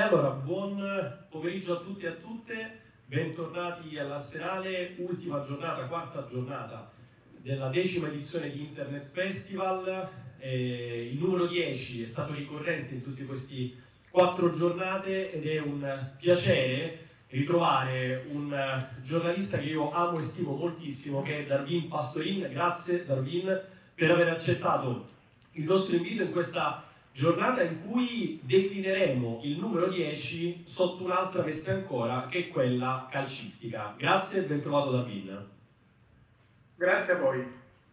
allora, buon pomeriggio a tutti e a tutte, bentornati all'Arsenale, ultima giornata, quarta giornata della 10ª edizione di Internet Festival. Il numero 10 è stato ricorrente in tutte queste 4 giornate ed è un piacere ritrovare un giornalista che io amo e stimo moltissimo, che è Darwin Pastorin. Grazie Darwin per aver accettato il nostro invito in questa giornata in cui declineremo il numero 10 sotto un'altra veste ancora, che è quella calcistica. Grazie e ben trovato Darwin. Grazie a voi.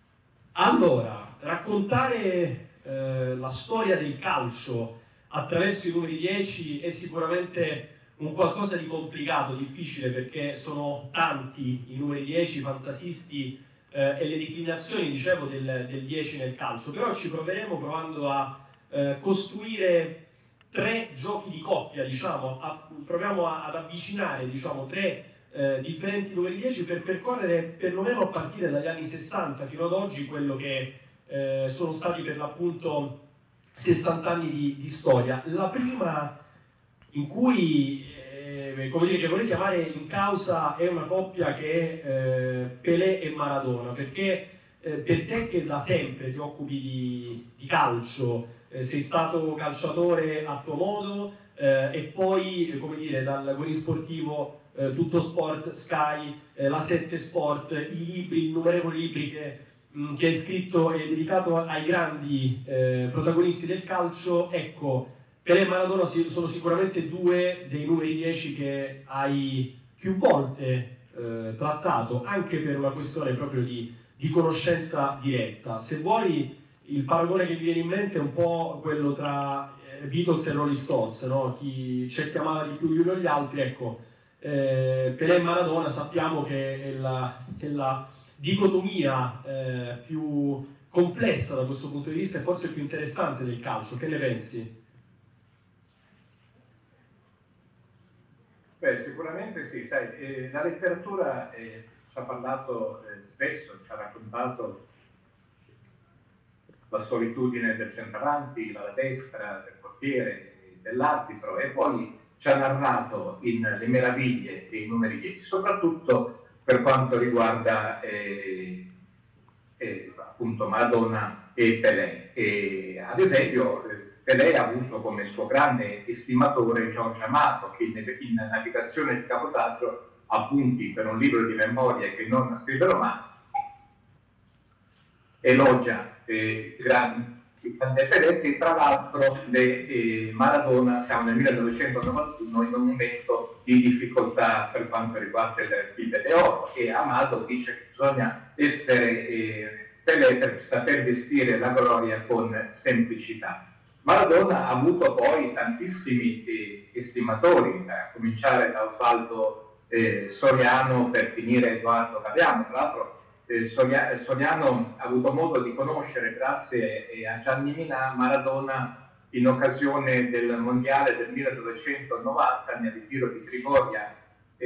Allora, raccontare la storia del calcio attraverso i numeri 10 è sicuramente un qualcosa di complicato, difficile, perché sono tanti i numeri 10, i fantasisti e le declinazioni, dicevo, del 10 nel calcio, però ci proveremo provando a costruire 3 giochi di coppia, diciamo, proviamo ad avvicinare, diciamo, 3 differenti numeri 10 per percorrere perlomeno a partire dagli anni 60 fino ad oggi quello che sono stati per l'appunto 60 anni di storia. La prima in cui come dire, che vorrei chiamare in causa è una coppia che è Pelé e Maradona, perché per te che da sempre ti occupi di calcio, sei stato calciatore a tuo modo e poi, come dire, dal Guerin Sportivo, Tutto Sport, Sky, la 7 Sport, i libri, innumerevoli libri che hai scritto e dedicato ai grandi protagonisti del calcio. Ecco, Pelé e Maradona sono sicuramente 2 dei numeri 10 che hai più volte trattato, anche per una questione proprio di conoscenza diretta. Se vuoi, il paragone che mi viene in mente è un po' quello tra Beatles e Rolling Stones, no? C'è chi amava di più gli uni o gli altri. Ecco, Pelé e Maradona sappiamo che è la dicotomia più complessa da questo punto di vista e forse più interessante del calcio. Che ne pensi? Beh, sicuramente sì, sai, la letteratura ci ha parlato spesso, ci ha raccontato la solitudine del centravanti, la destra, del portiere, dell'arbitro, e poi ci ha narrato le meraviglie dei numeri 10, soprattutto per quanto riguarda appunto Maradona e Pelé. Ad esempio, Pelé ha avuto come suo grande estimatore Georges Amato, che in navigazione di cabotaggio, appunti per un libro di memorie che non scriverò mai, elogia il grande Pelé, che tra l'altro Maradona, siamo nel 1991, in un momento di difficoltà per quanto riguarda il oro, e Amato dice che bisogna essere Pelé per saper vestire la gloria con semplicità. Maradona ha avuto poi tantissimi estimatori, a cominciare da Osvaldo Soriano per finire Edoardo Galeano. Tra l'altro Soriano ha avuto modo di conoscere, grazie a Gianni Minà, Maradona in occasione del mondiale del 1990 nel ritiro di Trigoria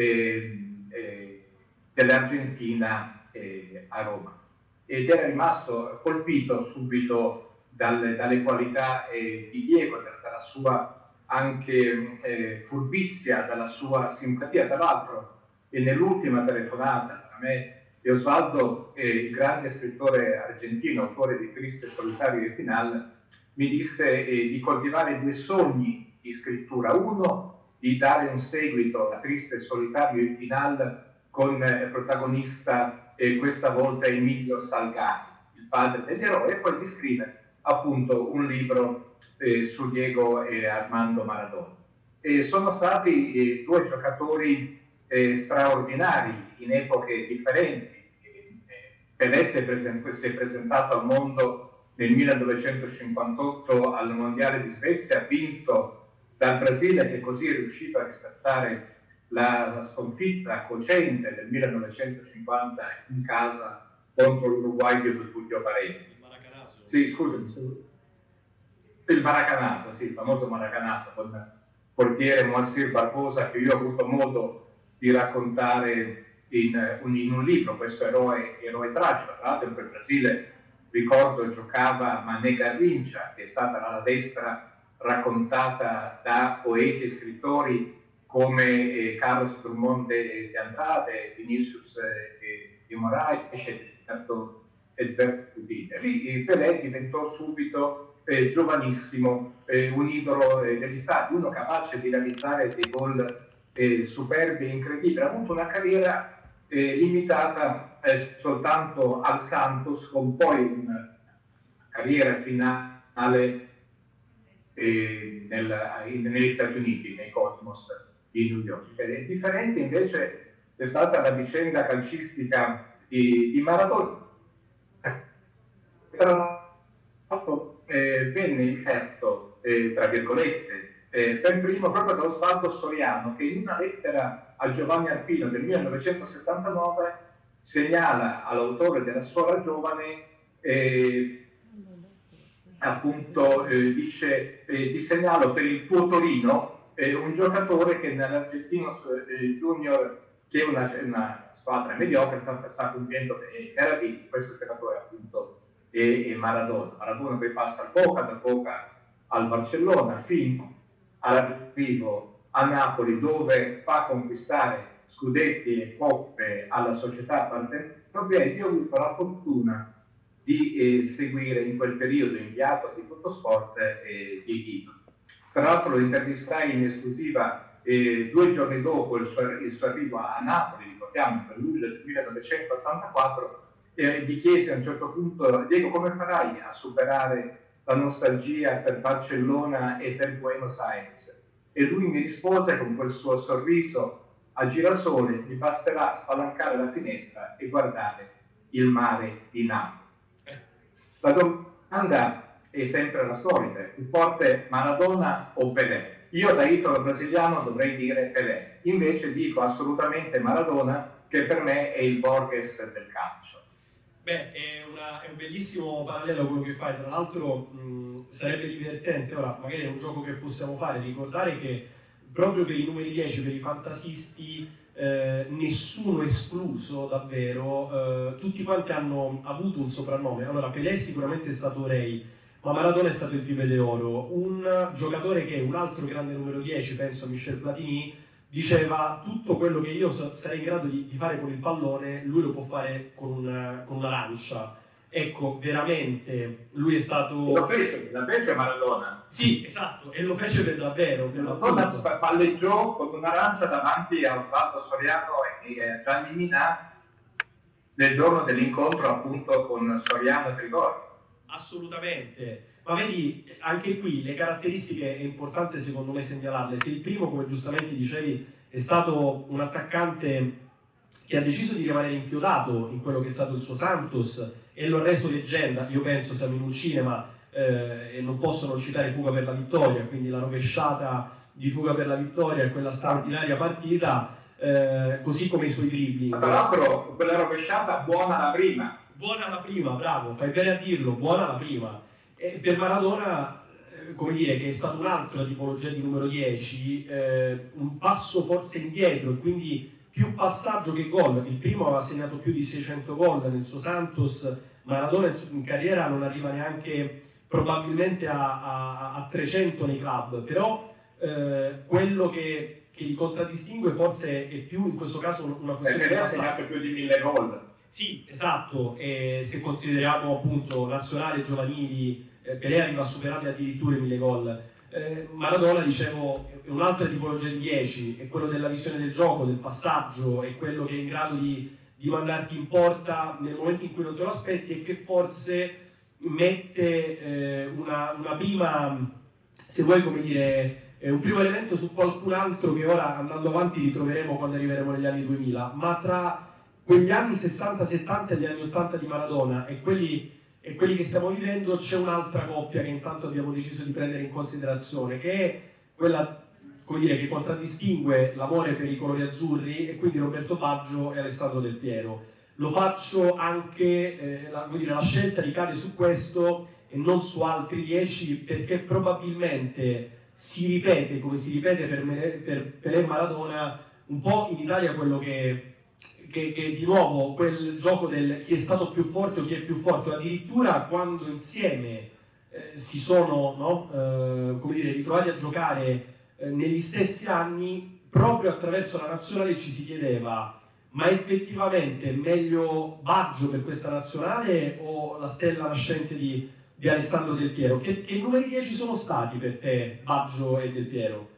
dell'Argentina a Roma, ed era rimasto colpito subito dalle qualità di Diego, dalla sua anche furbizia, dalla sua simpatia. Tra l'altro, nell'ultima telefonata a me e Osvaldo, il grande scrittore argentino, autore di Triste, Solitario e Final, mi disse di coltivare 2 sogni di scrittura: uno, di dare un seguito a Triste, Solitario e Final con protagonista questa volta Emilio Salgari, il padre degli eroi, e poi di scrivere appunto un libro su Diego e Armando Maradona. Sono stati 2 giocatori straordinari in epoche differenti. Pelé si è presentato al mondo nel 1958 al Mondiale di Svezia, vinto dal Brasile, che così è riuscito a riscattare la sconfitta cocente del 1950 in casa contro l'Uruguay di Tullio Parelli. Il Maracanazo. Sì, scusami. Il Maracanazo, sì, il famoso Maracanazo, con portiere Moacir Barbosa, che io ho avuto modo di raccontare in un libro, questo eroe tragico. Tra l'altro in quel Brasile, ricordo, giocava Mané Garrincha, che è stata l'ala destra raccontata da poeti e scrittori come Carlos Drummond de Andrade, Vinicius de Moraes e Edberto Udine. Pelé diventò subito giovanissimo, un idolo degli stati, uno capace di realizzare dei gol superbi e incredibili. Ha avuto una carriera limitata soltanto al Santos, con poi una carriera finale negli Stati Uniti, nei Cosmos di New York. Differente invece è stata la vicenda calcistica di Maradona. Venne inferto, tra virgolette, per primo proprio da Osvaldo Soriano, che in una lettera a Giovanni Arpino del 1979 segnala all'autore della Suora Giovane, appunto dice: ti segnalo per il tuo Torino un giocatore che nell'Argentino Junior, che è una squadra mediocre, sta compiendo meraviglie. Questo giocatore appunto è Maradona. Maradona poi passa al Boca, dal Boca al Barcellona, fino all'arrivo a Napoli, dove fa conquistare scudetti e coppe alla società partenopea. Io ho avuto la fortuna di seguire in quel periodo, inviato di Fotosport di Guido. Tra l'altro lo intervistai in esclusiva 2 giorni dopo il suo arrivo a Napoli, ricordiamo, per luglio del 1984, e gli chiesi a un certo punto: Diego, come farai a superare la nostalgia per Barcellona e per Buenos Aires? E lui mi rispose con quel suo sorriso a girasole: mi basterà spalancare la finestra e guardare il mare di Napoli. La domanda è sempre la solita: più forte Maradona o Pelé? Io da italo brasiliano dovrei dire Pelé, invece dico assolutamente Maradona, che per me è il Borges del calcio. Beh, è un bellissimo parallelo quello che fai. Tra l'altro sarebbe divertente, ora magari è un gioco che possiamo fare, ricordare che proprio per i numeri 10, per i fantasisti, nessuno escluso davvero, tutti quanti hanno avuto un soprannome. Allora, Pelé sicuramente è stato Rey, ma Maradona è stato il Pipe d'Oro. Un giocatore che è un altro grande numero 10, penso a Michel Platini, diceva: tutto quello che io sarei in grado di fare con il pallone, lui lo può fare con una lancia. Ecco, veramente, lui è stato... La fece Maradona. Sì, esatto, e lo fece per davvero. Maradona palleggiò con una lancia davanti a Osvaldo Soriano e a Gianni Minà nel giorno dell'incontro appunto con Soriano e Trigori. Assolutamente. Ma vedi, anche qui le caratteristiche è importante secondo me segnalarle. Se il primo, come giustamente dicevi, è stato un attaccante che ha deciso di rimanere inchiodato in quello che è stato il suo Santos e lo ha reso leggenda, io penso siamo in un cinema e non posso non citare Fuga per la vittoria, quindi la rovesciata di Fuga per la vittoria e quella straordinaria partita, così come i suoi dribbling. Tra l'altro quella rovesciata buona la prima. Buona la prima, bravo, fai bene a dirlo, buona la prima. E per Maradona, come dire, che è stata un'altra tipologia di numero 10, un passo forse indietro, e quindi più passaggio che gol. Il primo aveva segnato più di 600 gol nel suo Santos. Maradona in carriera non arriva neanche probabilmente a 300 nei club, però quello che li contraddistingue forse è più in questo caso una questione di passaggio. Ha segnato più di 1000 gol. Sì, esatto, e se consideriamo appunto nazionali giovanili, Pelé arriva a superare addirittura i 1000 gol. Maradona, dicevo, è un'altra tipologia di 10, è quello della visione del gioco, del passaggio, è quello che è in grado di mandarti in porta nel momento in cui non te lo aspetti e che forse mette una prima, se vuoi, come dire, un primo elemento su qualcun altro che ora, andando avanti, ritroveremo quando arriveremo negli anni 2000, ma tra quegli anni 60-70 e gli anni 80 di Maradona e quelli che stiamo vivendo c'è un'altra coppia che intanto abbiamo deciso di prendere in considerazione, che è quella, come dire, che contraddistingue l'amore per i colori azzurri, e quindi Roberto Baggio e Alessandro Del Piero. Lo faccio anche, la scelta ricade su questo e non su altri 10, perché probabilmente si ripete, come si ripete per Pelé e Maradona, un po' in Italia quello che di nuovo quel gioco del chi è stato più forte o chi è più forte, addirittura quando insieme si sono, no, come dire, ritrovati a giocare negli stessi anni, proprio attraverso la nazionale ci si chiedeva: ma effettivamente è meglio Baggio per questa nazionale o la stella nascente di Alessandro Del Piero? Che numeri 10 sono stati per te Baggio e Del Piero?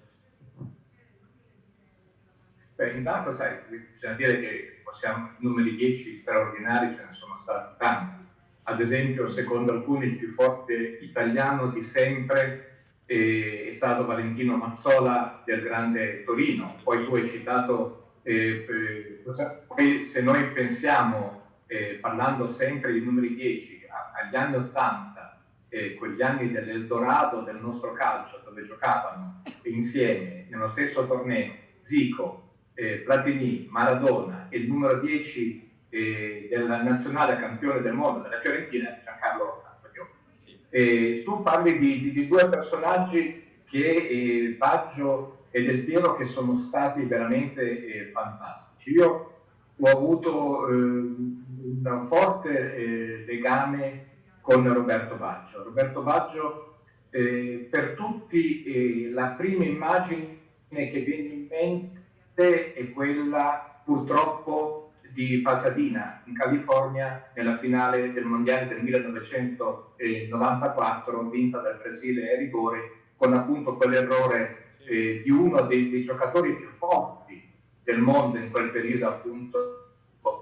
Beh, intanto sai, bisogna dire che numeri 10 straordinari ce ne sono stati tanti. Ad esempio, secondo alcuni, il più forte italiano di sempre è stato Valentino Mazzola del Grande Torino. Poi tu hai citato, poi se noi pensiamo, parlando sempre di numeri 10, agli anni 80, quegli anni dell'Eldorado del nostro calcio, dove giocavano insieme nello stesso torneo Zico, Platini, Maradona e il numero 10 della nazionale campione del mondo della Fiorentina, Giancarlo Antonio. Tu parli di due personaggi che Baggio e Del Piero, che sono stati veramente fantastici. Io ho avuto un forte legame con Roberto Baggio. Roberto Baggio, per tutti, la prima immagine che viene in mente è quella purtroppo di Pasadena in California nella finale del mondiale del 1994 vinta dal Brasile ai rigori, con appunto quell'errore di uno dei giocatori più forti del mondo in quel periodo, appunto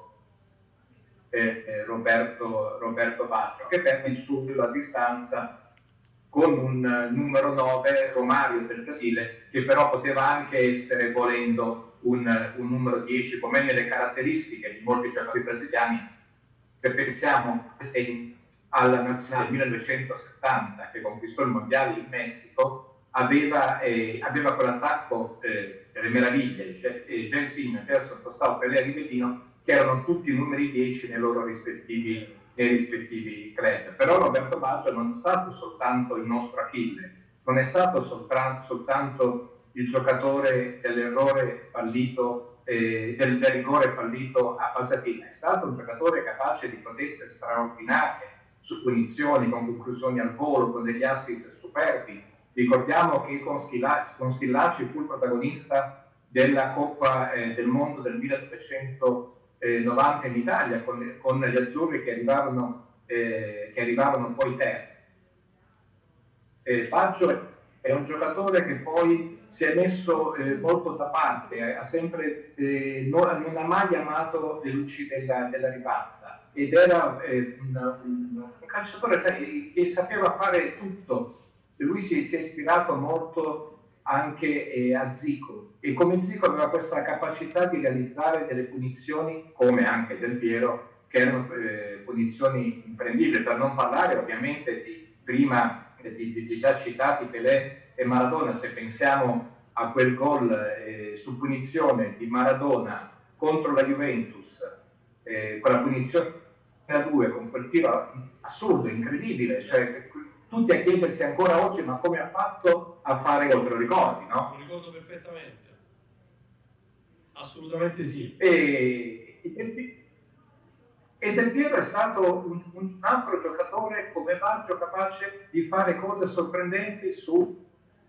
Roberto Baggio, che perde il subito a distanza con un numero 9, Romario del Brasile, che però poteva anche essere, volendo, un numero 10, come nelle caratteristiche di molti giocatori brasiliani. Se pensiamo alla nazionale 1970, che conquistò il mondiale in Messico, aveva quell'attacco delle meraviglie, Gelsin, Gerson, Tostao, Pelé, Rivelino, che erano tutti numeri 10 nei loro rispettivi club. Però Roberto Baggio non è stato soltanto il nostro Achille, non è stato soltanto il giocatore dell'errore fallito, del rigore fallito a Pasadena, è stato un giocatore capace di potenze straordinarie su punizioni, con conclusioni al volo, con degli assist superbi. Ricordiamo che con Schillaci fu il protagonista della Coppa del Mondo del 1990 in Italia, con gli azzurri che arrivarono poi terzi. Baggio è un giocatore che poi si è messo molto da parte, non ha mai amato le luci della ribalta, ed era un calciatore che sapeva fare tutto. Lui si è ispirato molto anche a Zico, e come Zico aveva questa capacità di realizzare delle punizioni, come anche Del Piero, che erano punizioni imprendibili, per non parlare ovviamente di già citati Pelé e Maradona. Se pensiamo a quel gol su punizione di Maradona contro la Juventus, con la punizione a 2, con quel tiro assurdo, incredibile, cioè tutti a chiedersi ancora oggi: ma come ha fatto a fare gol? Te lo ricordi, no? Lo ricordo perfettamente, assolutamente sì. E Del Piero è stato un altro giocatore come Baggio, capace di fare cose sorprendenti su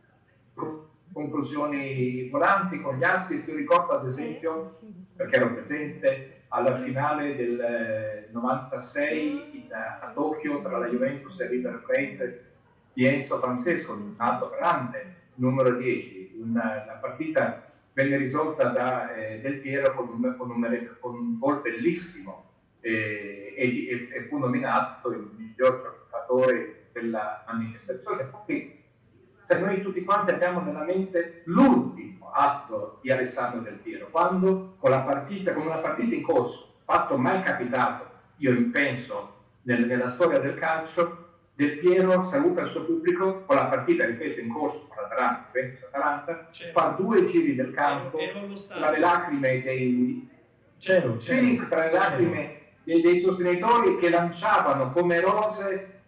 conclusioni volanti, con gli assist. Io ricordo ad esempio, perché ero presente alla finale del 96 a Tokyo tra la Juventus e River Plate di Enzo Francesco, un altro grande numero 10. La partita venne risolta da Del Piero con un gol bellissimo, e fu nominato il miglior giocatore della manifestazione. Poi, se noi tutti quanti abbiamo nella mente l'ultimo atto di Alessandro Del Piero, quando con una partita in corso, fatto mai capitato, io penso, nella storia del calcio, Del Piero saluta il suo pubblico con la partita, ripeto, in corso con l'Atalanta, certo, fa 2 giri del campo tra le lacrime tra le lacrime dei sostenitori che lanciavano come rose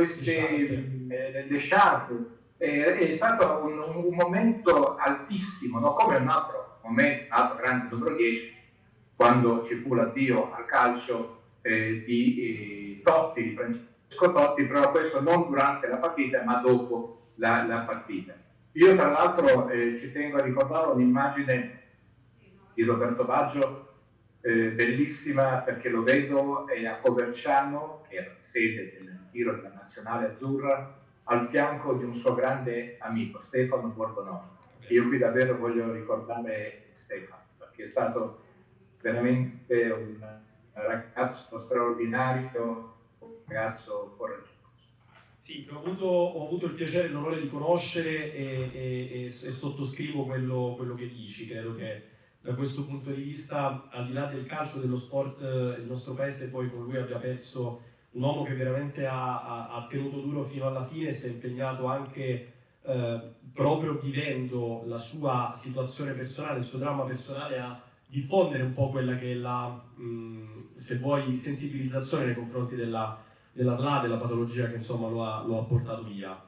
le sciarpe. È stato un momento altissimo, no? Come un altro momento, un altro grande numero 10, quando ci fu l'addio al calcio di Totti, di Totti, però questo non durante la partita ma dopo la partita. Io tra l'altro ci tengo a ricordare un'immagine di Roberto Baggio bellissima, perché lo vedo a Coverciano, che era sede del tiro della nazionale azzurra, al fianco di un suo grande amico, Stefano Borgonò. Io qui davvero voglio ricordare Stefano, perché è stato veramente un ragazzo straordinario, un ragazzo coraggioso. Sì, ho avuto il piacere e l'onore di conoscere e sottoscrivo quello che dici. Credo che da questo punto di vista, al di là del calcio, dello sport, il nostro paese poi con lui abbia perso un uomo che veramente ha tenuto duro fino alla fine e si è impegnato anche proprio vivendo la sua situazione personale, il suo dramma personale, a diffondere un po' quella che è la, se vuoi, sensibilizzazione nei confronti della SLA, della patologia che insomma lo ha portato via.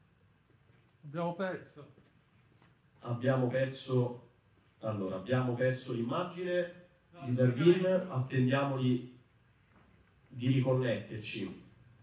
Abbiamo perso l'immagine di Darwin, attendiamo di riconnetterci.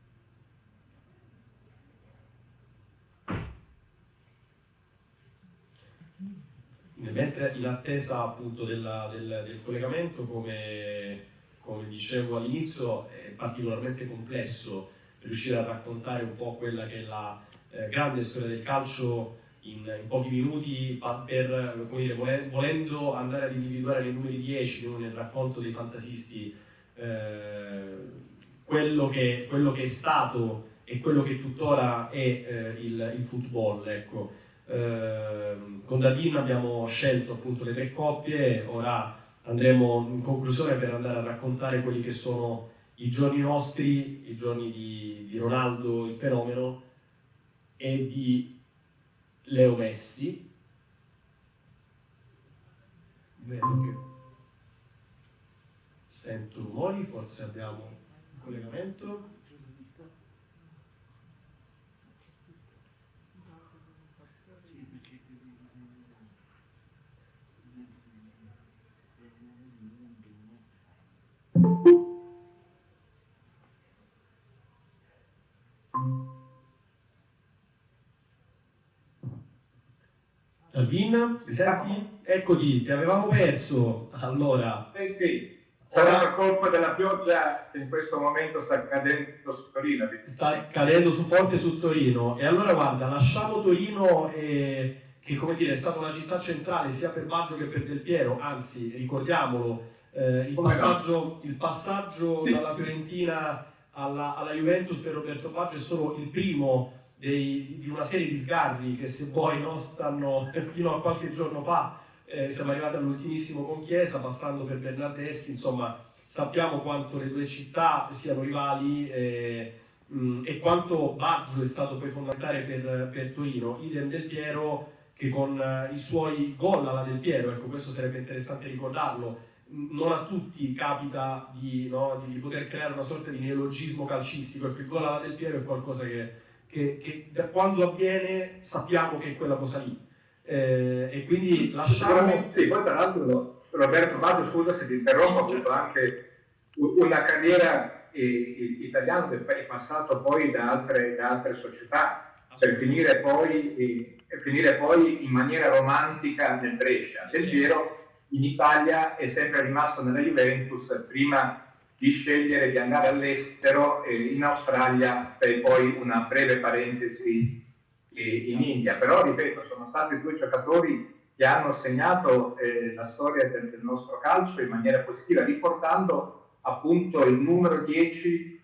Mentre in attesa appunto del collegamento, come dicevo all'inizio, è particolarmente complesso riuscire a raccontare un po' quella che è la grande storia del calcio in pochi minuti, per, come dire, volendo andare ad individuare nei numeri 10, nel racconto dei fantasisti, quello che è stato e quello che tuttora è il football, ecco. Con Davin abbiamo scelto appunto le 3 coppie, ora andremo in conclusione per andare a raccontare quelli che sono i giorni nostri, i giorni di Ronaldo il fenomeno e di Leo Messi. Vedo che sento rumori, forse abbiamo un collegamento. Davin, mi senti? Eccoti, ti avevamo perso. Allora. Sì, sarà la colpa della pioggia che in questo momento sta cadendo su Torino. Sta cadendo forte su Torino. E allora guarda, lasciamo Torino, che come dire è stata una città centrale sia per Baggio che per Del Piero, anzi ricordiamolo, il passaggio sì, dalla Fiorentina alla Juventus per Roberto Baggio è solo il primo di una serie di sgarri che, se vuoi, non stanno fino a qualche giorno fa. Siamo arrivati all'ultimissimo con Chiesa, passando per Bernardeschi. Insomma, sappiamo quanto le due città siano rivali e quanto Baggio è stato poi fondamentale per Torino. Idem Del Piero, che con i suoi gol alla Del Piero, ecco, questo sarebbe interessante ricordarlo, non a tutti capita di poter creare una sorta di neologismo calcistico. Ecco, il gol alla Del Piero è qualcosa che da quando avviene sappiamo che è quella cosa lì, e quindi lasciamo. Sì, poi tra l'altro Roberto Baggio, scusa se ti interrompo, ha avuto anche una carriera italiana che è passato poi da altre società per finire poi in maniera romantica nel Brescia. Del Piero in Italia è sempre rimasto nella Juventus prima di scegliere di andare all'estero, in Australia, per poi una breve parentesi in India. Però, ripeto, sono stati 2 giocatori che hanno segnato la storia del nostro calcio in maniera positiva, riportando appunto il numero 10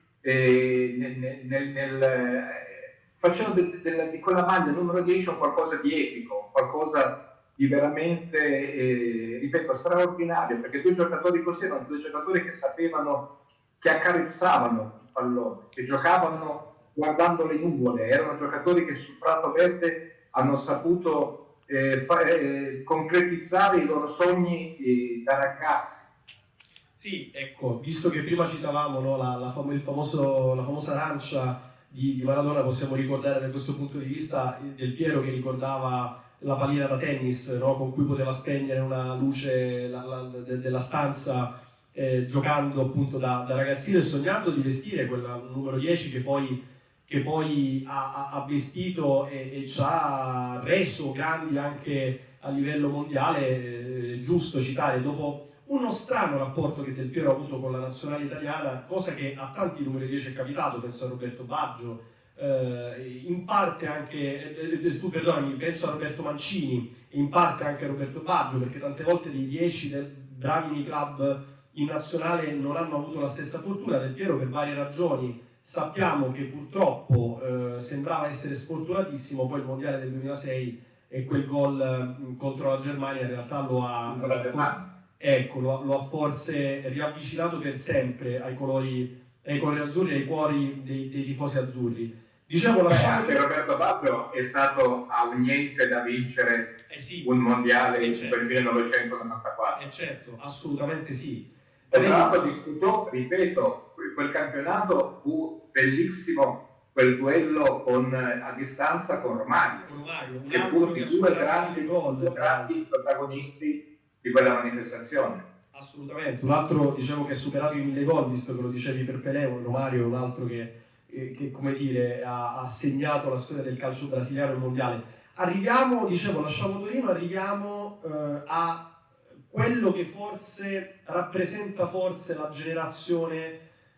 facendo di quella maglia numero 10 un qualcosa di epico, qualcosa di veramente, ripeto, straordinario, perché 2 giocatori così erano 2 giocatori che sapevano, che accarezzavano il pallone, che giocavano guardando le nuvole, erano giocatori che sul prato verde hanno saputo concretizzare i loro sogni da ragazzi. Sì, ecco, visto che prima citavamo la famosa arancia di Maradona, possiamo ricordare da questo punto di vista Del Piero che ricordava la pallina da tennis, no? Con cui poteva spegnere una luce della stanza giocando appunto da ragazzino e sognando di vestire quel numero 10 che poi ha vestito e ci ha reso grandi anche a livello mondiale. Giusto citare, dopo uno strano rapporto che Del Piero ha avuto con la nazionale italiana, cosa che a tanti numeri 10 è capitato, penso a Roberto Baggio, in parte anche, perdonami, penso a Roberto Mancini, in parte anche a Roberto Baggio, perché tante volte dei 10 bravi nei club in nazionale non hanno avuto la stessa fortuna. Del Piero per varie ragioni sappiamo che purtroppo sembrava essere sfortunatissimo, poi il mondiale del 2006 e quel gol contro la Germania in realtà lo ha forse riavvicinato per sempre ai colori azzurri, ai cuori dei tifosi azzurri. Diciamo, anche Roberto Baggio è stato a un niente da vincere un mondiale per il 1994. Certo, assolutamente sì. Tra l'altro disputò, ripeto, quel campionato fu bellissimo, quel duello a distanza con Romario, che furono i due grandi protagonisti di quella manifestazione. Assolutamente, un altro diciamo che ha superato i 1000 gol, visto che lo dicevi per Pelé, Romario è un altro che come dire ha segnato la storia del calcio brasiliano e mondiale. Arriviamo, lasciamo Torino, arriviamo a quello che forse rappresenta la generazione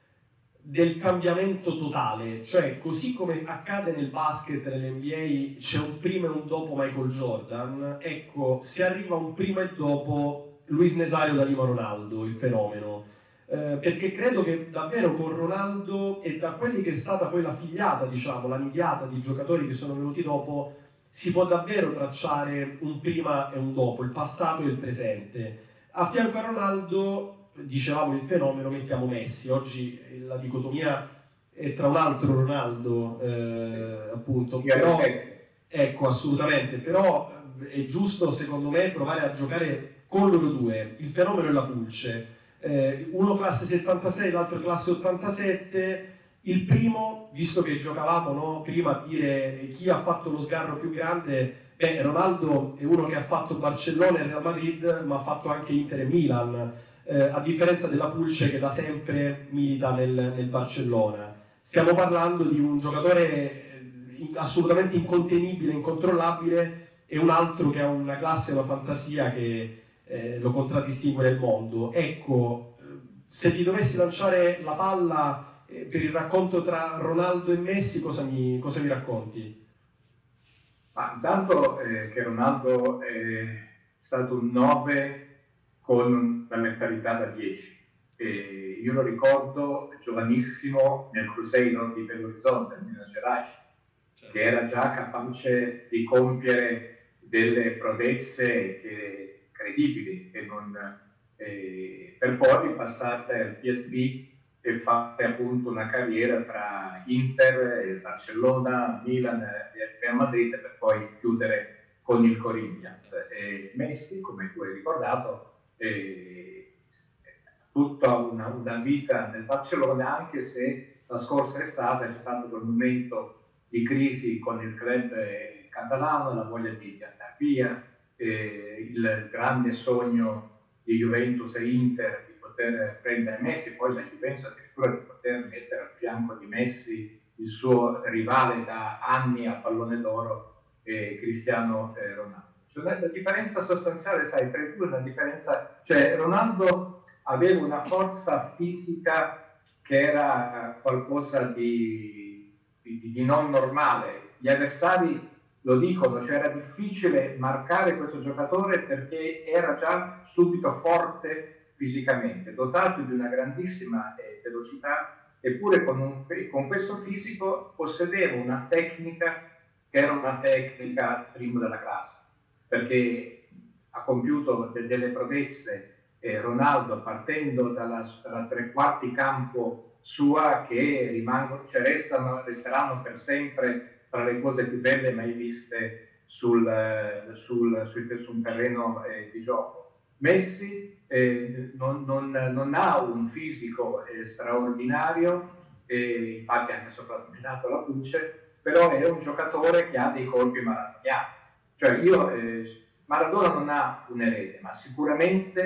del cambiamento totale, cioè così come accade nel basket, nell'NBA c'è un prima e un dopo Michael Jordan, ecco, si arriva a un prima e dopo Luis Nazario da Lima Ronaldo, il fenomeno, perché credo che davvero con Ronaldo e da quelli che è stata poi la figliata, diciamo, la nidiata di giocatori che sono venuti dopo, si può davvero tracciare un prima e un dopo, il passato e il presente. A fianco a Ronaldo, dicevamo il fenomeno, mettiamo Messi. Oggi la dicotomia è tra un altro Ronaldo, appunto, però, ecco, assolutamente, però è giusto secondo me provare a giocare con loro due, il fenomeno e la pulce, uno classe 76, l'altro classe 87. Il primo, visto che giocavamo, no, prima a dire chi ha fatto lo sgarro più grande, Ronaldo è uno che ha fatto Barcellona e Real Madrid, ma ha fatto anche Inter e Milan, a differenza della Pulce che da sempre milita nel Barcellona. Stiamo parlando di un giocatore assolutamente incontenibile, incontrollabile, e un altro che ha una classe e una fantasia che lo contraddistingue nel mondo. Ecco, se ti dovessi lanciare la palla per il racconto tra Ronaldo e Messi, cosa mi racconti? Ma intanto che Ronaldo è stato un 9 con una mentalità da 10. Io lo ricordo giovanissimo nel Cruzeiro di Belo Horizonte, in Minas Gerais, che era già capace di compiere delle prodezze credibili e non, per poi passare al PSV e fare appunto una carriera tra Inter, Barcellona, Milan e Real Madrid per poi chiudere con il Corinthians. Messi, come tu hai ricordato, tutta una vita nel Barcellona, anche se la scorsa estate c'è stato quel momento di crisi con il club catalano, la voglia di andare via, il grande sogno di Juventus e Inter di poter prendere Messi, poi la Juventus addirittura di poter mettere al fianco di Messi il suo rivale da anni a pallone d'oro, Cristiano Ronaldo. Cioè, la differenza sostanziale, sai, tra i due è una differenza, cioè Ronaldo aveva una forza fisica che era qualcosa di non normale. Gli avversari lo dicono, cioè era difficile marcare questo giocatore perché era già subito forte fisicamente, dotato di una grandissima velocità, eppure con questo fisico possedeva una tecnica che era una tecnica prima della classe, perché ha compiuto delle prodezze Ronaldo partendo dalla tre quarti campo sua che resteranno per sempre tra le cose più belle mai viste su un terreno di gioco. Messi non ha un fisico straordinario, infatti anche soprannominato la Puce, però è un giocatore che ha dei colpi maradoniani. Cioè Maradona non ha un erede, ma sicuramente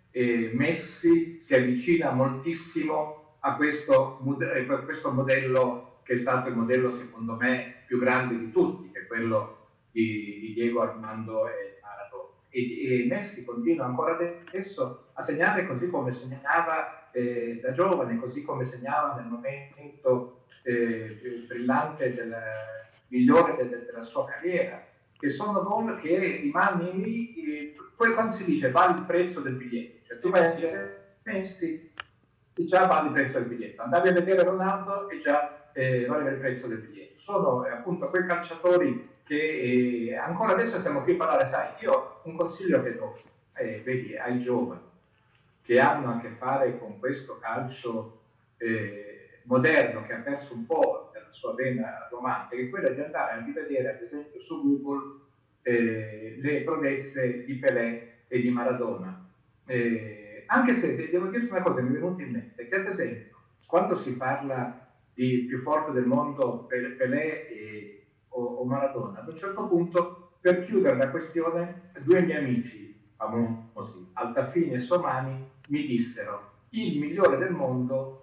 Messi si avvicina moltissimo a questo modello che è stato il modello secondo me più grande di tutti, che è quello di Diego Armando Maradona. E Messi continua ancora adesso a segnare così come segnava da giovane, così come segnava nel momento brillante migliore della sua carriera, che sono gol che rimani lì, poi quando si dice vale il prezzo del biglietto, cioè tu vai a vedere Messi e già vale il prezzo del biglietto, andavi a vedere Ronaldo e già vale il prezzo del biglietto. Sono appunto quei calciatori che ancora adesso stiamo qui a parlare, sai, io un consiglio che do, vedi, ai giovani che hanno a che fare con questo calcio moderno che ha perso un po' della sua vena romantica, è quello di andare a rivedere ad esempio su Google le prodezze di Pelé e di Maradona. Anche se devo dirti una cosa, mi è venuta in mente che ad esempio quando si parla di più forte del mondo Pelé o Maradona, ad un certo punto, per chiudere la questione, due miei amici famosi, Altafini e Somani, mi dissero il migliore del mondo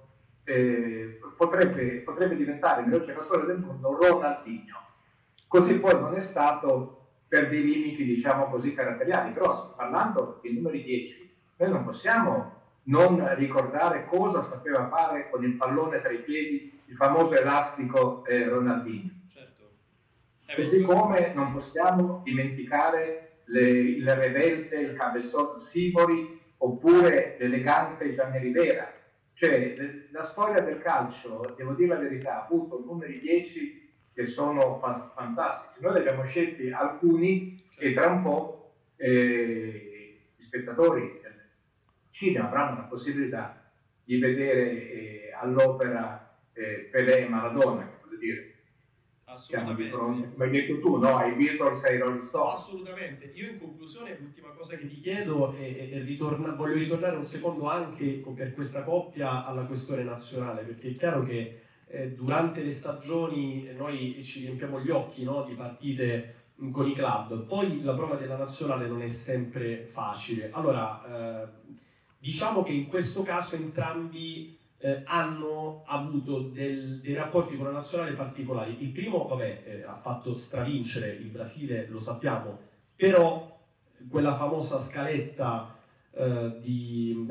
potrebbe diventare il miglior giocatore del mondo Ronaldinho. Così poi non è stato per dei limiti, diciamo così, caratteriali, però parlando dei numeri 10, noi non possiamo non ricordare cosa sapeva fare con il pallone tra i piedi il famoso elastico Ronaldinho. Certo. Così come non possiamo dimenticare il revelte, il cabezzone Sivori oppure l'elegante Gianni Rivera. Cioè, la storia del calcio, devo dire la verità, ha avuto numeri 10 che sono fantastici. Noi ne abbiamo scelti alcuni e tra un po' gli spettatori del cinema avranno la possibilità di vedere all'opera Pelé e Maradona, che voglio dire. Siamo di fronte, come hai detto tu, no? Ai Beatles e ai Rolling Stones. Assolutamente. Io in conclusione l'ultima cosa che ti chiedo voglio ritornare un secondo anche per questa coppia alla questione nazionale, perché è chiaro che durante le stagioni noi ci riempiamo gli occhi, no, di partite con i club, poi la prova della nazionale non è sempre facile. Allora, diciamo che in questo caso entrambi hanno avuto dei rapporti con la nazionale particolari. Il primo, ha fatto stravincere il Brasile, lo sappiamo, però quella famosa scaletta del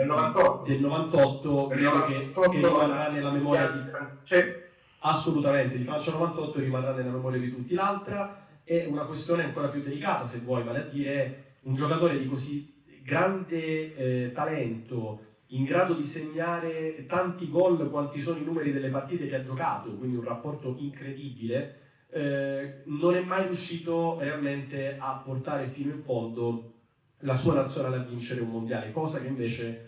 98 credo che rimarrà nella memoria di assolutamente, di Francia 98 rimarrà nella memoria di tutti. L'altra è una questione ancora più delicata, se vuoi, vale a dire un giocatore di così grande talento, in grado di segnare tanti gol quanti sono i numeri delle partite che ha giocato, quindi un rapporto incredibile, non è mai riuscito realmente a portare fino in fondo la sua nazionale a vincere un mondiale, cosa che invece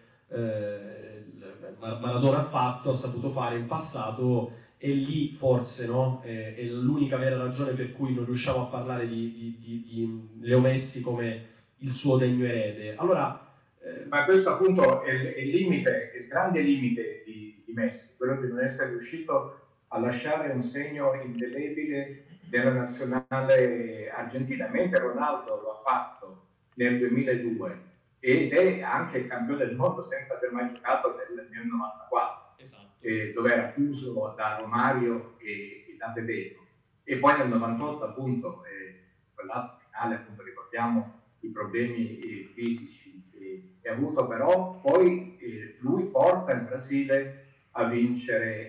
Maradona ha fatto, ha saputo fare in passato, e lì forse no, è l'unica vera ragione per cui non riusciamo a parlare di Leo Messi come il suo degno erede. Allora, ma questo appunto è il limite, il grande limite di Messi, quello di non essere riuscito a lasciare un segno indelebile nella nazionale argentina, mentre Ronaldo lo ha fatto nel 2002 ed è anche il campione del mondo senza aver mai giocato nel 94, esatto. Dove era chiuso da Romario e da Bebeto. E poi nel 98 appunto, quell'atto finale, appunto ricordiamo i problemi fisici che ha avuto, però poi lui porta il Brasile a vincere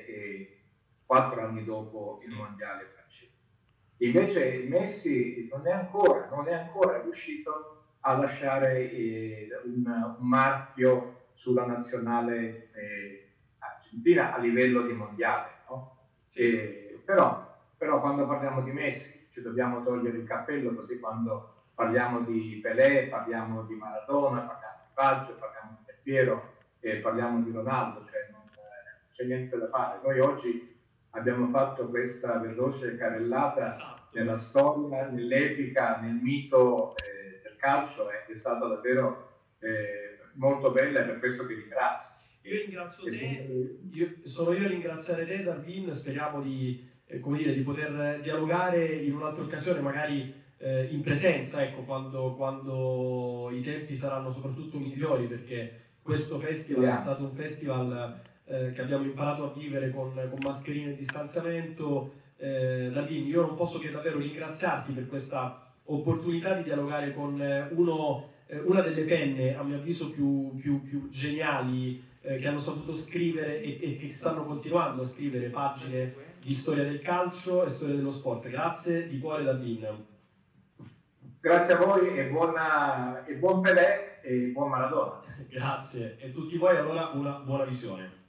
4 anni dopo il mondiale francese. Invece Messi non è ancora riuscito a lasciare un marchio sulla nazionale argentina a livello di mondiale, no? Però quando parliamo di Messi ci dobbiamo togliere il cappello, così quando parliamo di Pelé, parliamo di Maradona, parliamo di Baggio, parliamo di Del Piero e parliamo di Ronaldo, cioè non c'è niente da fare. Noi oggi abbiamo fatto questa veloce carrellata nella storia, nell'epica, nel mito del calcio, è stata davvero molto bella, e per questo ti ringrazio. Io ringrazio te, sono io a ringraziare te, Darwin, speriamo di poter dialogare in un'altra occasione, magari in presenza, ecco, quando i tempi saranno soprattutto migliori, perché questo festival è stato un festival che abbiamo imparato a vivere con mascherine e distanziamento. Dalvin, io non posso che davvero ringraziarti per questa opportunità di dialogare con una delle penne, a mio avviso, più geniali che hanno saputo scrivere e che stanno continuando a scrivere pagine di storia del calcio e storia dello sport. Grazie di cuore, Dalvin. Grazie a voi e buon Pelé e buon Maradona. Grazie, e tutti voi allora una buona visione.